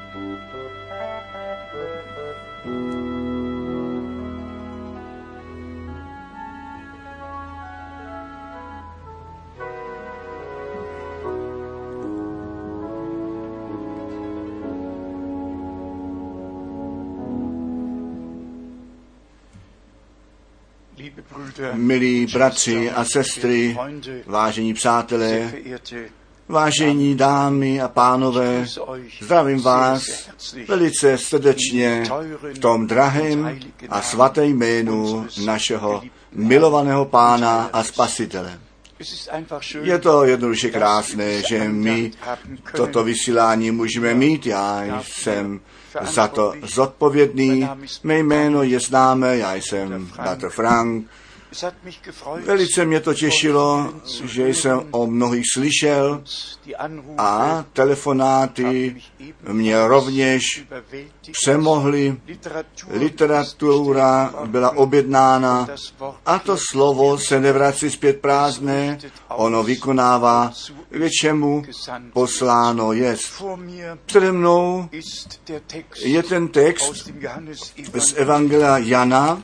Milí bratři a sestry, vážení přátelé, vážení dámy a pánové, zdravím vás velice srdečně v tom drahém a svatém jménu našeho milovaného Pána a Spasitele. Je to jednoduše krásné, že my toto vysílání můžeme mít. Já jsem za to zodpovědný. Mé jméno je známé, já jsem bratr Frank. Velice mě to těšilo, že jsem o mnohých slyšel a telefonáty mě rovněž přemohly. Literatura byla objednána a to slovo se nevrací zpět prázdné, ono vykonává, k čemu posláno jest. Přede mnou je ten text z Evangelia Jana,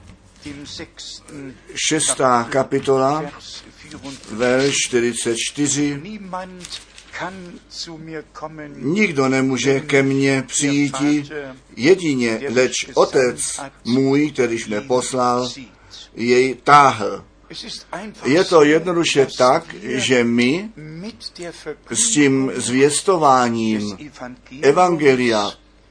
6. kapitola, verš 44. Nikdo nemůže ke mně přijít jedině, leč Otec můj, kterýž mě poslal, jej táhl. Je to jednoduše tak, že my s tím zvěstováním Evangelia,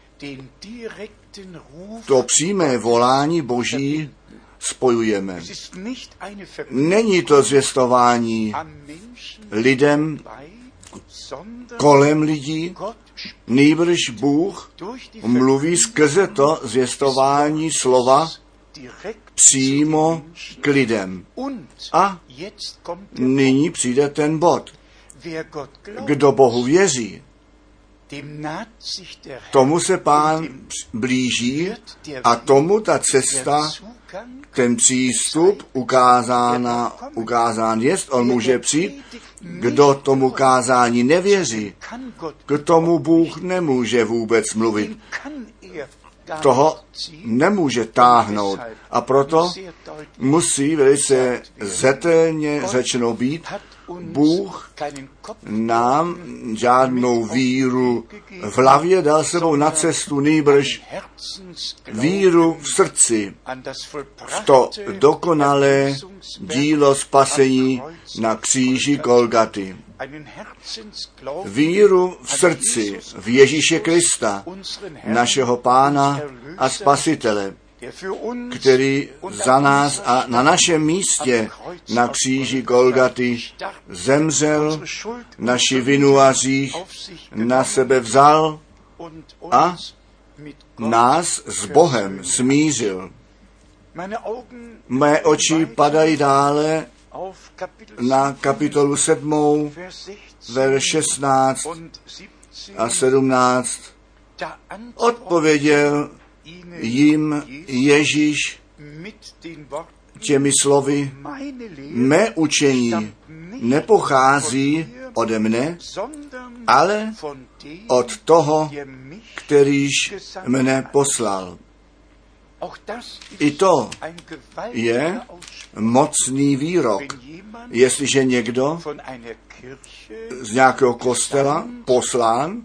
to přímé volání Boží, spojujeme. Není to zvěstování lidem, kolem lidí, nýbrž Bůh mluví skrze to zvěstování slova přímo k lidem. A nyní přijde ten bod. Kdo Bohu věří, tomu se Pán blíží a tomu ta cesta, ten přístup ukázán jest. On může přijít, kdo tomu kázání nevěří, k tomu Bůh nemůže vůbec mluvit. Toho nemůže táhnout. A proto musí velice zetelně řečeno být, Bůh nám žádnou víru v hlavě dal sebou na cestu, nýbrž víru v srdci, v to dokonalé dílo spasení na kříži Golgaty. Víru v srdci v Ježíše Krista, našeho Pána a Spasitele, který za nás a na našem místě na kříži Golgaty zemřel, naši vinu a hřích na sebe vzal a nás s Bohem smířil. Mé oči padají dále na kapitolu 7, verš 16 a 17. Odpověděl jim Ježíš těmi slovy: mé učení nepochází ode mne, ale od toho, kterýž mne poslal. I to je mocný výrok. Jestliže někdo z nějakého kostela poslán,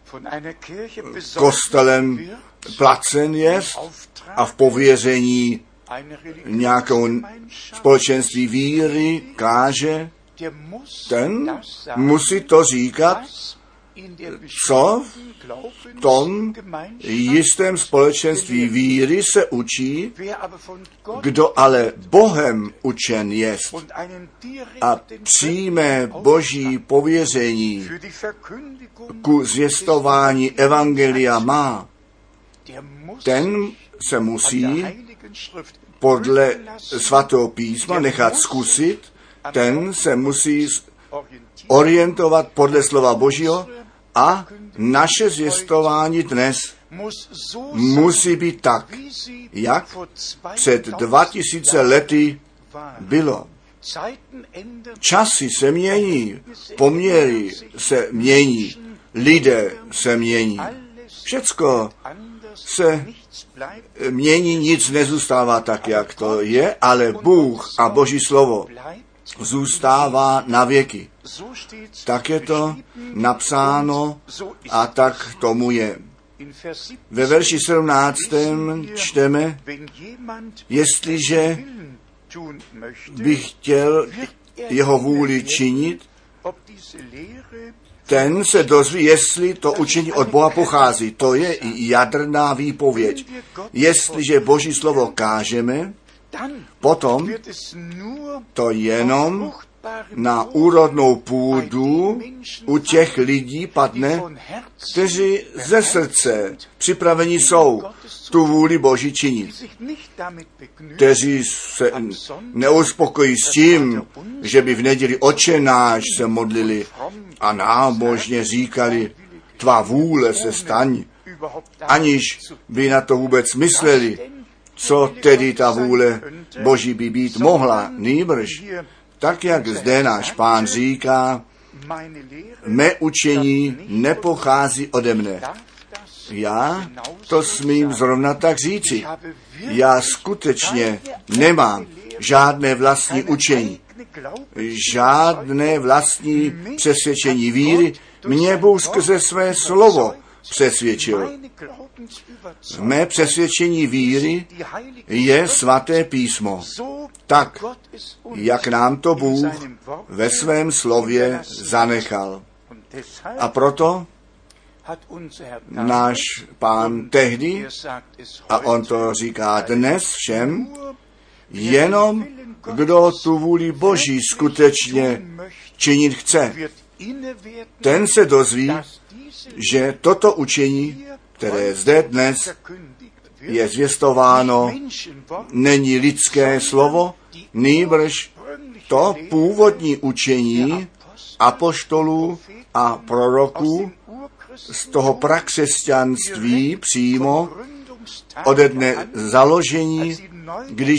kostelem placen jest a v pověření nějakou společenství víry káže, ten musí to říkat, co v tom jistém společenství víry se učí, kdo ale Bohem učen jest a přímé Boží pověření ku zvěstování evangelia má, ten se musí podle svatého písma nechat zkusit, ten se musí orientovat podle slova Božího a naše zvěstování dnes musí být tak, jak před 2000 lety bylo. Časy se mění, poměry se mění, lidé se mění. Všecko se mění, nic nezůstává tak, jak to je, ale Bůh a Boží slovo zůstává na věky. Tak je to napsáno a tak tomu je. Ve verši 17. čteme, jestliže bych chtěl jeho vůli činit, ten se dozví, jestli to učení od Boha pochází. To je jadrná výpověď. Jestliže Boží slovo kážeme, potom to jenom na úrodnou půdu u těch lidí padne, kteří ze srdce připraveni jsou tu vůli Boží činit. Kteří se neuspokojí s tím, že by v neděli Otče náš se modlili a nábožně říkali, tvá vůle se staň, aniž by na to vůbec mysleli, co tedy ta vůle Boží by být mohla, nýbrž. Tak, jak zde náš Pán říká, mé učení nepochází ode mne. Já to smím zrovna tak říci. Já skutečně nemám žádné vlastní učení, žádné vlastní přesvědčení víry. Mě Bůh skrze své slovo přesvědčil. Mé přesvědčení víry je svaté písmo. Tak, jak nám to Bůh ve svém slově zanechal. A proto náš Pán tehdy, a on to říká dnes všem, jenom kdo tu vůli Boží skutečně činit chce, ten se dozví, že toto učení, které zde dnes je zvěstováno, není lidské slovo, nýbrž to původní učení apoštolů a proroků z toho prakřesťanství přímo ode dne založení, když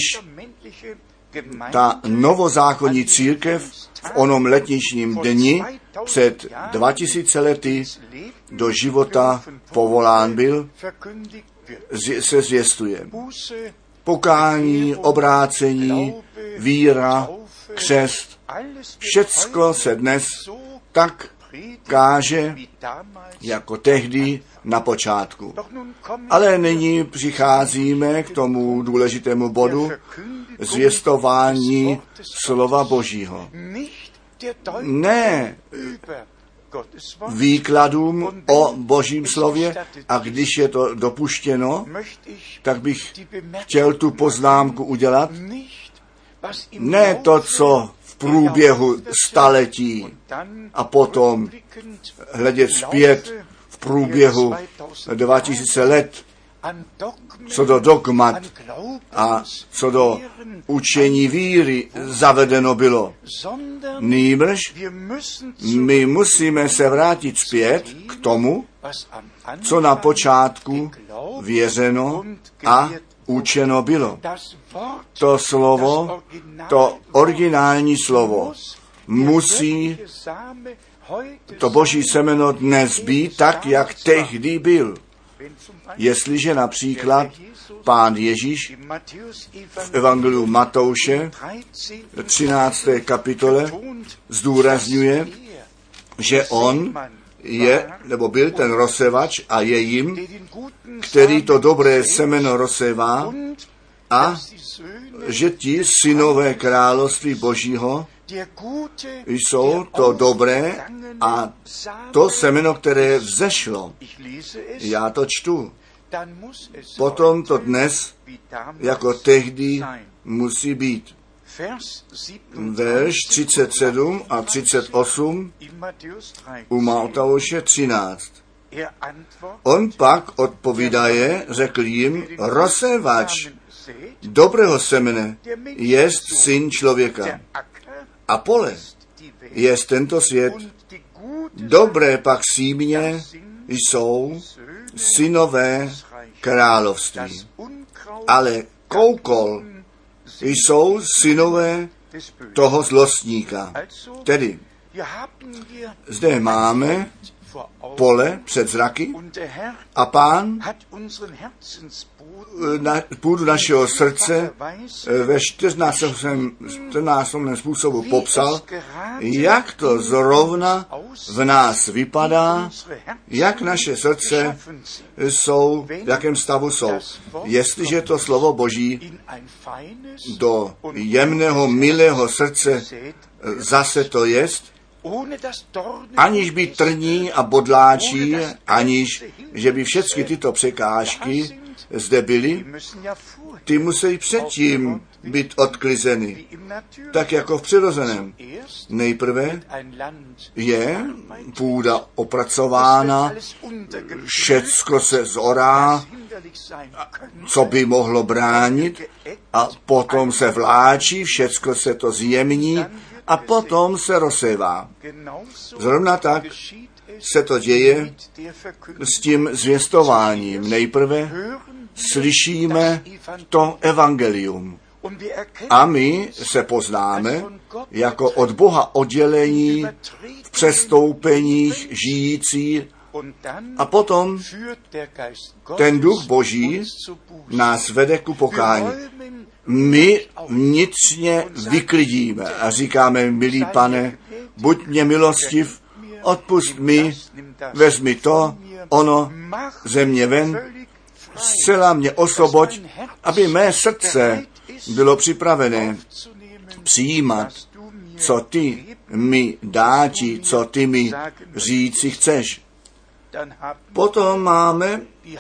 ta novozákonní církev v onom letničním dni před 2000 lety do života povolán byl, se zvěstuje. Pokání, obrácení, víra, křest, všecko se dnes tak káže, jako tehdy na počátku. Ale nyní přicházíme k tomu důležitému bodu zvěstování slova Božího. Ne výkladům o Božím slově, a když je to dopuštěno, tak bych chtěl tu poznámku udělat. Ne to, co v průběhu staletí a potom hledět zpět v průběhu 2000 let, co do dogmat a co do učení víry zavedeno bylo. Nýbrž my musíme se vrátit zpět k tomu, co na počátku věřeno a učeno bylo. To slovo, to originální slovo, musí to Boží semeno dnes být tak, jak tehdy byl. Jestliže například Pán Ježíš v Evangeliu Matouše 13. kapitole zdůrazňuje, že on je, nebo byl ten rozsevač a je jim, který to dobré semeno rozsevá, a že ti synové království Božího jsou to dobré a to semeno, které vzešlo. Já to čtu. Potom to dnes, jako tehdy, musí být. Verš 37 a 38 u Matouše 13. On pak odpovídaje, řekl jim, rozsévač dobrého semene jest syn člověka. A pole jest tento svět. Dobré pak símě jsou synové království. Ale koukol jsou synové toho zlostníka. Tedy zde máme pole před zraky a Pán půdu našeho srdce ve 14. způsobu popsal, jak to zrovna v nás vypadá, jak naše srdce jsou, v jakém stavu jsou. Jestliže to slovo Boží do jemného, milého srdce zase to jest, aniž by trní a bodláčí, aniž že by všechny tyto překážky zde byly, ty musí předtím být odklizeny, tak jako v přirozeném. Nejprve je půda opracována, všecko se zorá, co by mohlo bránit, a potom se vláčí, všecko se to zjemní a potom se rozsévá. Zrovna tak se to děje s tím zvěstováním. Nejprve slyšíme to evangelium a my se poznáme jako od Boha oddělení, v přestoupeních žijící, a potom ten Duch Boží nás vede ku pokání. My vnitřně vyklidíme a říkáme, milý Pane, buď mě milostiv, odpust mi, vezmi to, ono, ze mě ven, zcela mě osvoboď, aby mé srdce bylo připravené přijímat, co ty mi dáti, co ty mi říci chceš. Potom máme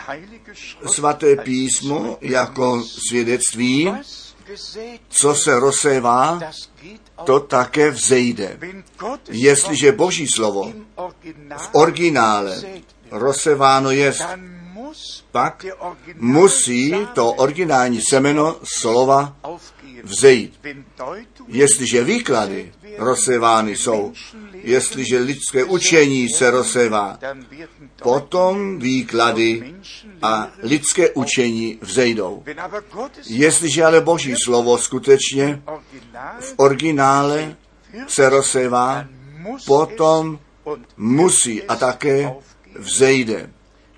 svaté písmo jako svědectví, co se rozsévá, to také vzejde. Jestliže Boží slovo v originále rozséváno jest, pak musí to originální semeno slova vzejít. Jestliže výklady rozsévány jsou, jestliže lidské učení se rozsévá, potom výklady a lidské učení vzejdou. Jestliže ale Boží slovo skutečně v originále se rozsévá, potom musí a také vzejde.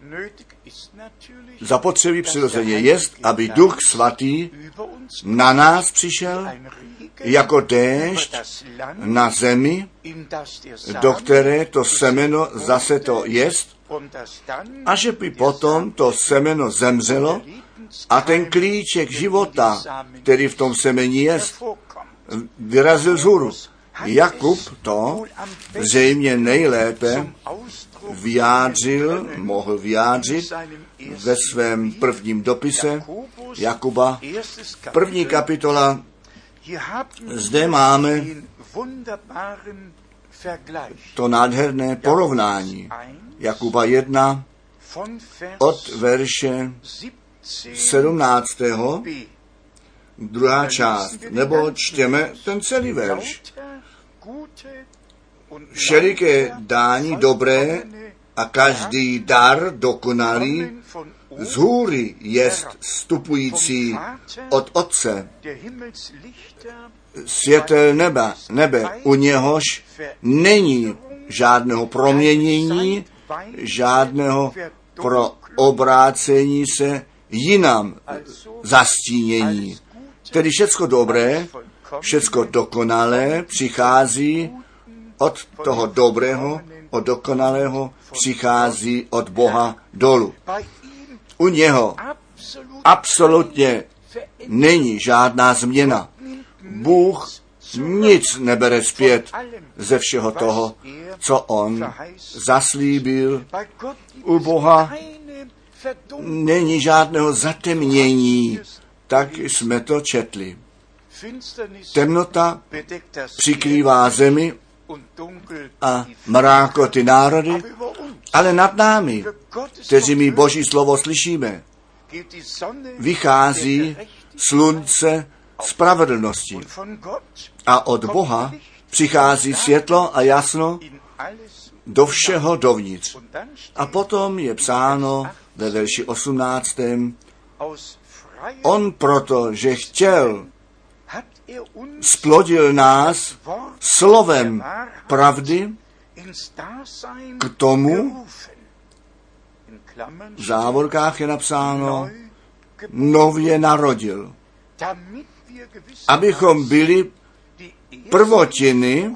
Zapotřebí přirozeně jest, aby Duch Svatý na nás přišel jako déšť na zemi, do které to semeno zase to jest, a že by potom to semeno zemřelo a ten klíček života, který v tom semeni jest, vyrazil vzhůru. Jakub to zřejmě nejlépe mohl vyjádřit ve svém prvním dopise Jakuba, 1. kapitola. Zde máme to nádherné porovnání. Jakuba 1 od verše 17. druhá část, nebo čtěme ten celý verš. Všeliké dání dobré a každý dar dokonalý z hůry jest vstupující od Otce, světel nebe, u něhož není žádného proměnění, žádného pro obrácení se jinam zastínění. Tedy všecko dobré, všecko dokonalé přichází od toho dobrého, od dokonalého, přichází od Boha dolů. U něho absolutně není žádná změna. Bůh nic nebere zpět ze všeho toho, co on zaslíbil. U Boha není žádného zatemnění, tak jsme to četli. Temnota přikrývá zemi a mrákoty národy, ale nad námi, kteří my Boží slovo slyšíme, vychází slunce spravedlnosti. A od Boha přichází světlo a jasno do všeho dovnitř. A potom je psáno ve verši 18. On proto, že chtěl, splodil nás slovem pravdy k tomu, v závorkách je napsáno, nově narodil, abychom byli prvotiny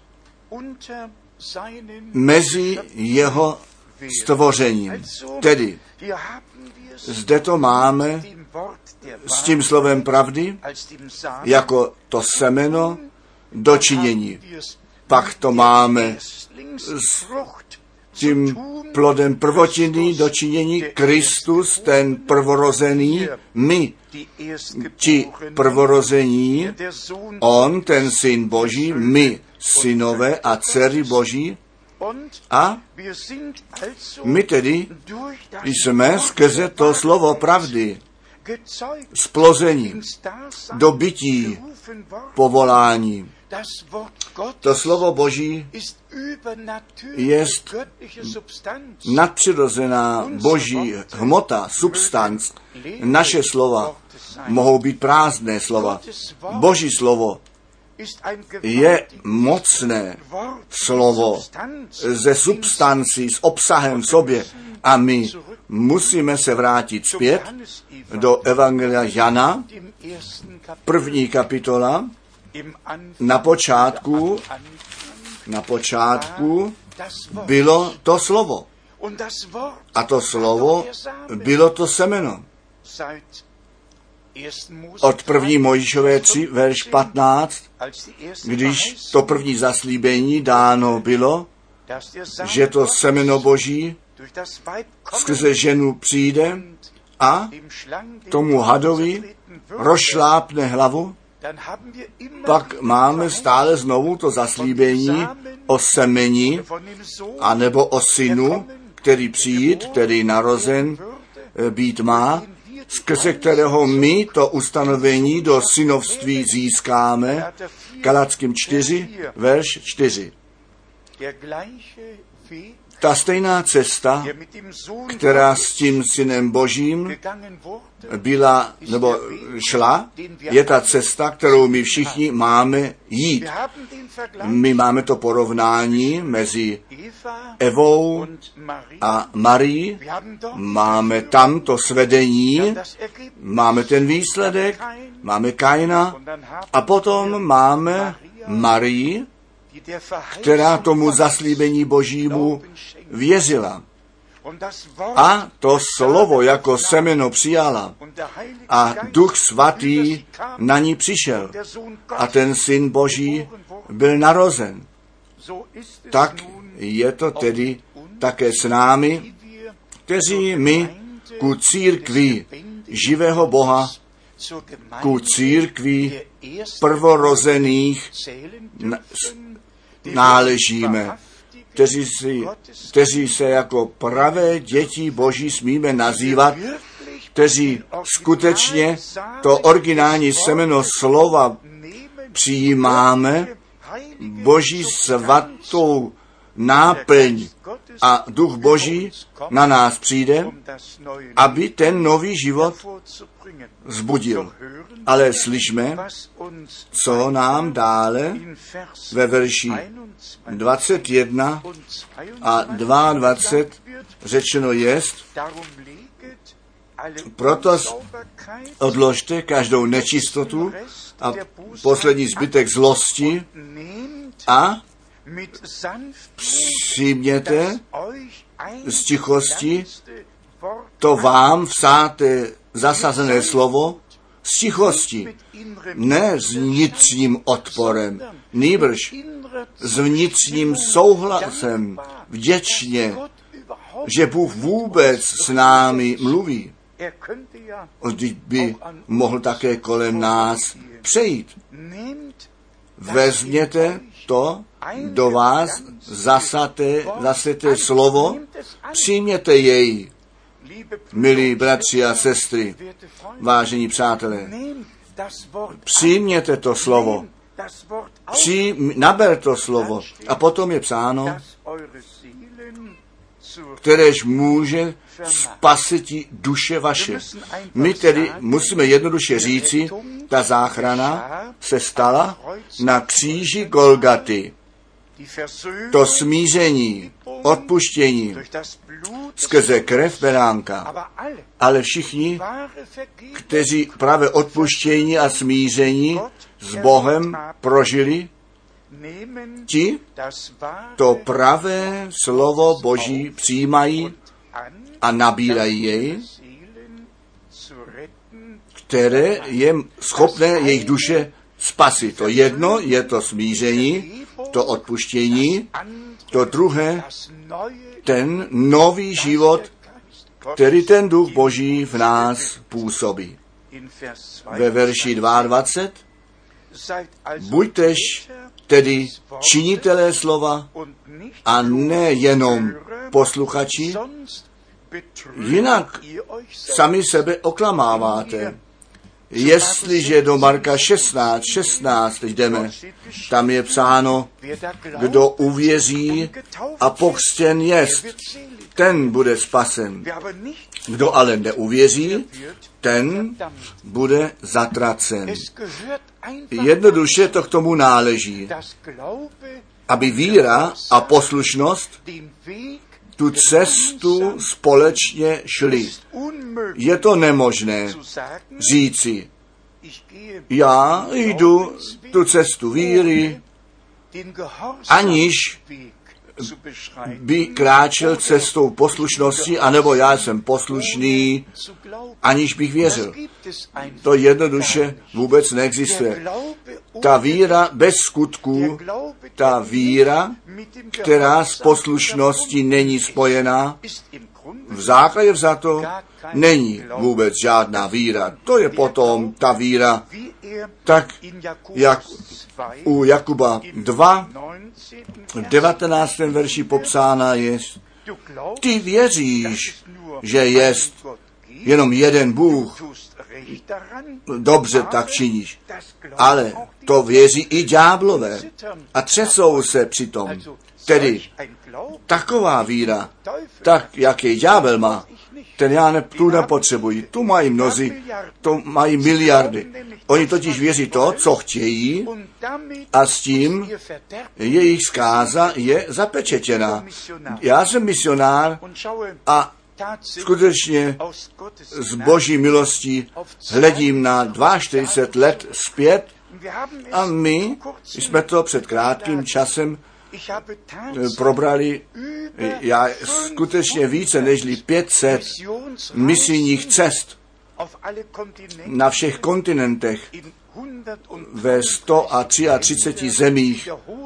mezi jeho stvořením. Tedy zde to máme s tím slovem pravdy, jako to semeno dočinění. Pak to máme s tím plodem prvotiny dočinění, Kristus, ten prvorozený, my, ti prvorození, on, ten syn Boží, my, synové a dcery Boží, a my tedy jsme skrze to slovo pravdy splození do bytí povolání. To slovo Boží je nadpřirozená boží hmota, substanc. Naše slova mohou být prázdné slova. Boží slovo je mocné slovo ze substancí, s obsahem v sobě. A my musíme se vrátit zpět do Evangelia Jana, 1. kapitola, na počátku bylo to slovo. A to slovo bylo to semeno. Od 1. Mojžíšové 3, verš 15, když to první zaslíbení dáno bylo, že to semeno Boží skrze ženu přijde a tomu hadovi rozšlápne hlavu, pak máme stále znovu to zaslíbení o semeni, anebo o synu, který přijít, který narozen být má, skrze kterého my to ustanovení do synovství získáme. Galatským 4, verš 4. Ta stejná cesta, která s tím synem Božím byla, nebo šla, je ta cesta, kterou my všichni máme jít. My máme to porovnání mezi Evou a Marií, máme tam to svedení, máme ten výsledek, máme Kaina a potom máme Marii, která tomu zaslíbení Božímu věřila. A to slovo jako semeno přijala. A Duch Svatý na ní přišel. A ten syn Boží byl narozen. Tak je to tedy také s námi, kteří my ku církvi živého Boha, ku církvi prvorozených náležíme, kteří se jako pravé děti Boží smíme nazývat, kteří skutečně to originální semeno slova přijímáme, Boží svatou náplň a Duch Boží na nás přijde, aby ten nový život vzbudil. Ale slyšme, co nám dále ve verši 21 a 22 řečeno jest. Proto odložte každou nečistotu a poslední zbytek zlosti a přijměte z tichosti to vám vsáté zasazené slovo z tichosti, ne s vnitřním odporem, nýbrž s vnitřním souhlasem, vděčně, že Bůh vůbec s námi mluví. Vždyť by mohl také kolem nás přejít. Vezměte to do vás zaseté slovo, přijměte jej, milí bratři a sestry, vážení přátelé. Přijměte to slovo, naber to slovo a potom je psáno, kteréž může spasiti duše vaše. My tedy musíme jednoduše říci, ta záchrana se stala na kříži Golgaty. to smíření, odpuštění skrze krev beránka. Ale všichni, kteří právě odpuštění a smíření s Bohem prožili, ti to pravé slovo Boží přijímají a nabírají jej, které je schopné jejich duše spasit. To jedno je to smíření, to odpuštění, to druhé, ten nový život, který ten duch Boží v nás působí. Ve verši 22, buďtež tedy činitelé slova a ne jenom posluchači, jinak sami sebe oklamáváte. Jestliže do Marka 16 teď jdeme, tam je psáno, kdo uvěří a pokřtěn jest, ten bude spasen. Kdo ale neuvěří, ten bude zatracen. Jednoduše to k tomu náleží, aby víra a poslušnost tu cestu společně šli. Je to nemožné říci, já jdu tu cestu víry, aniž by kráčel cestou poslušnosti, anebo já jsem poslušný, aniž bych věřil. To jednoduše vůbec neexistuje. Ta víra bez skutků, ta víra, která s poslušností není spojená, v základě vzato není vůbec žádná víra. To je potom ta víra, tak jak u Jakuba 2, v 19. verši popsána je, ty věříš, že jest jenom jeden Bůh, dobře tak činíš, ale to věří i ďáblové a třesou se přitom. Tedy taková víra, tak jak jej ďábel má, ten tu nepotřebují. Tu mají mnozí, to mají miliardy. Oni totiž věří to, co chtějí, a s tím jejich zkáza je zapečetěná. Já jsem misionár a skutečně z Boží milostí hledím na 42 let zpět a my jsme to před krátkým časem probrali. Já skutečně více než 500 misijních cest na všech kontinentech ve 133 zemích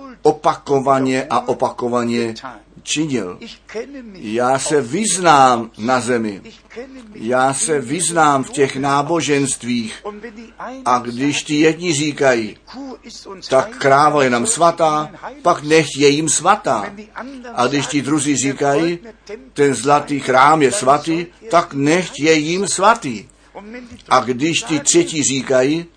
opakovaně činil. Já se vyznám na zemi. Já se vyznám v těch náboženstvích. A když ti jedni říkají, tak kráva je nám svatá, pak nech je jim svatá. A když ti druzí říkají, ten zlatý chrám je svatý, tak nech je jim svatý. A když ti třetí říkají,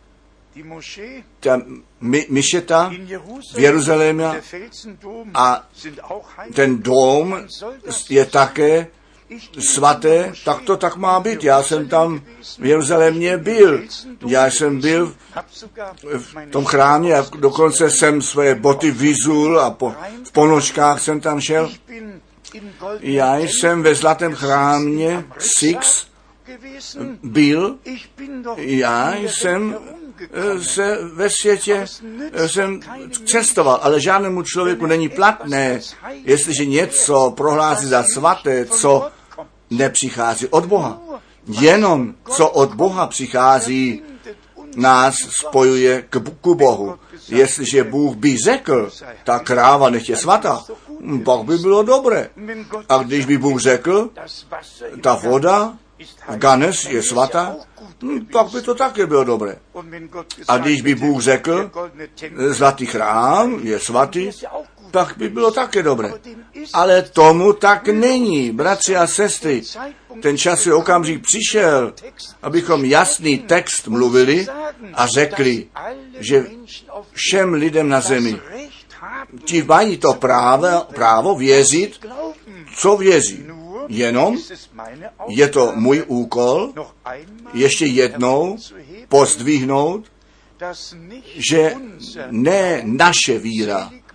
ta mišeta v Jeruzalémě a ten dom je také svaté, tak to tak má být. Já jsem tam v Jeruzalémě byl. Já jsem byl v tom chrámě a dokonce jsem své boty vyzul a v ponožkách jsem tam šel. Já jsem ve zlatém chrámě Six byl. Já jsem se ve světě jsem cestoval, ale žádnému člověku není platné, jestliže něco prohlásí za svaté, co nepřichází od Boha. Jenom co od Boha přichází, nás spojuje k Bohu. Jestliže Bůh by řekl, ta kráva nech je svatá, pak by bylo dobré. A když by Bůh řekl, ta voda v Ganes je svatá, pak by to také bylo dobré. A když by Bůh řekl, zlatý chrám je svatý, pak by bylo také dobré. Ale tomu tak není, bratři a sestry. Ten časový okamžik přišel, abychom jasný text mluvili a řekli, že všem lidem na zemi ti mají to právo věřit, co věří. Jenom je to můj úkol ještě jednou pozdvihnout, že ne naše víra,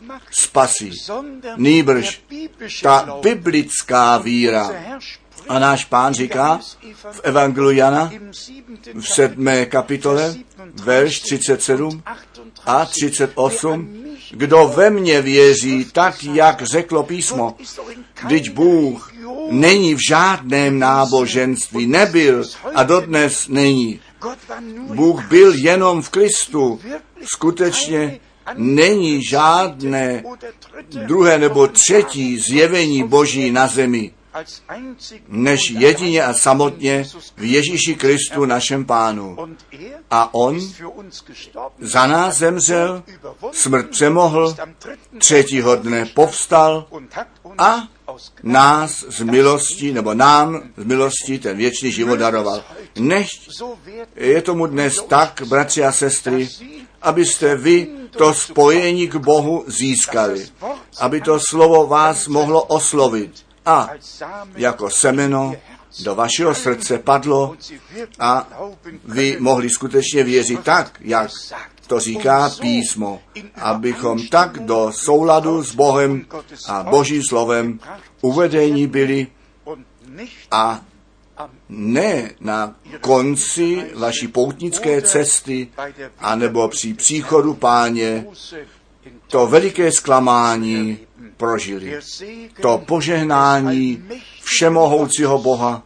spasy, nýbrž ta biblická víra. A náš Pán říká v Evangeliu Jana v 7. kapitole, verš 37 a 38, kdo ve mně věří, tak jak řeklo písmo, vždyť Bůh není v žádném náboženství, nebyl a dodnes není. Bůh byl jenom v Kristu. Skutečně není žádné druhé nebo třetí zjevení Boží na zemi, než jedině a samotně v Ježíši Kristu našem Pánu. A on za nás zemřel, smrt přemohl, třetího dne povstal a nás z milosti, nebo nám z milosti ten věčný život daroval. Nechť je tomu dnes tak, bratři a sestry, abyste vy to spojení k Bohu získali, aby to slovo vás mohlo oslovit a jako semeno do vašeho srdce padlo a vy mohli skutečně věřit tak, jak to říká písmo, abychom tak do souladu s Bohem a Božím slovem uvedení byli a ne na konci vaší poutnické cesty, anebo při příchodu Páně to veliké zklamání prožili. To požehnání všemohoucího Boha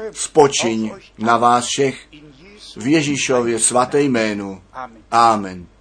spočiň na vás všech v Ježíšově svaté jménu. Amen.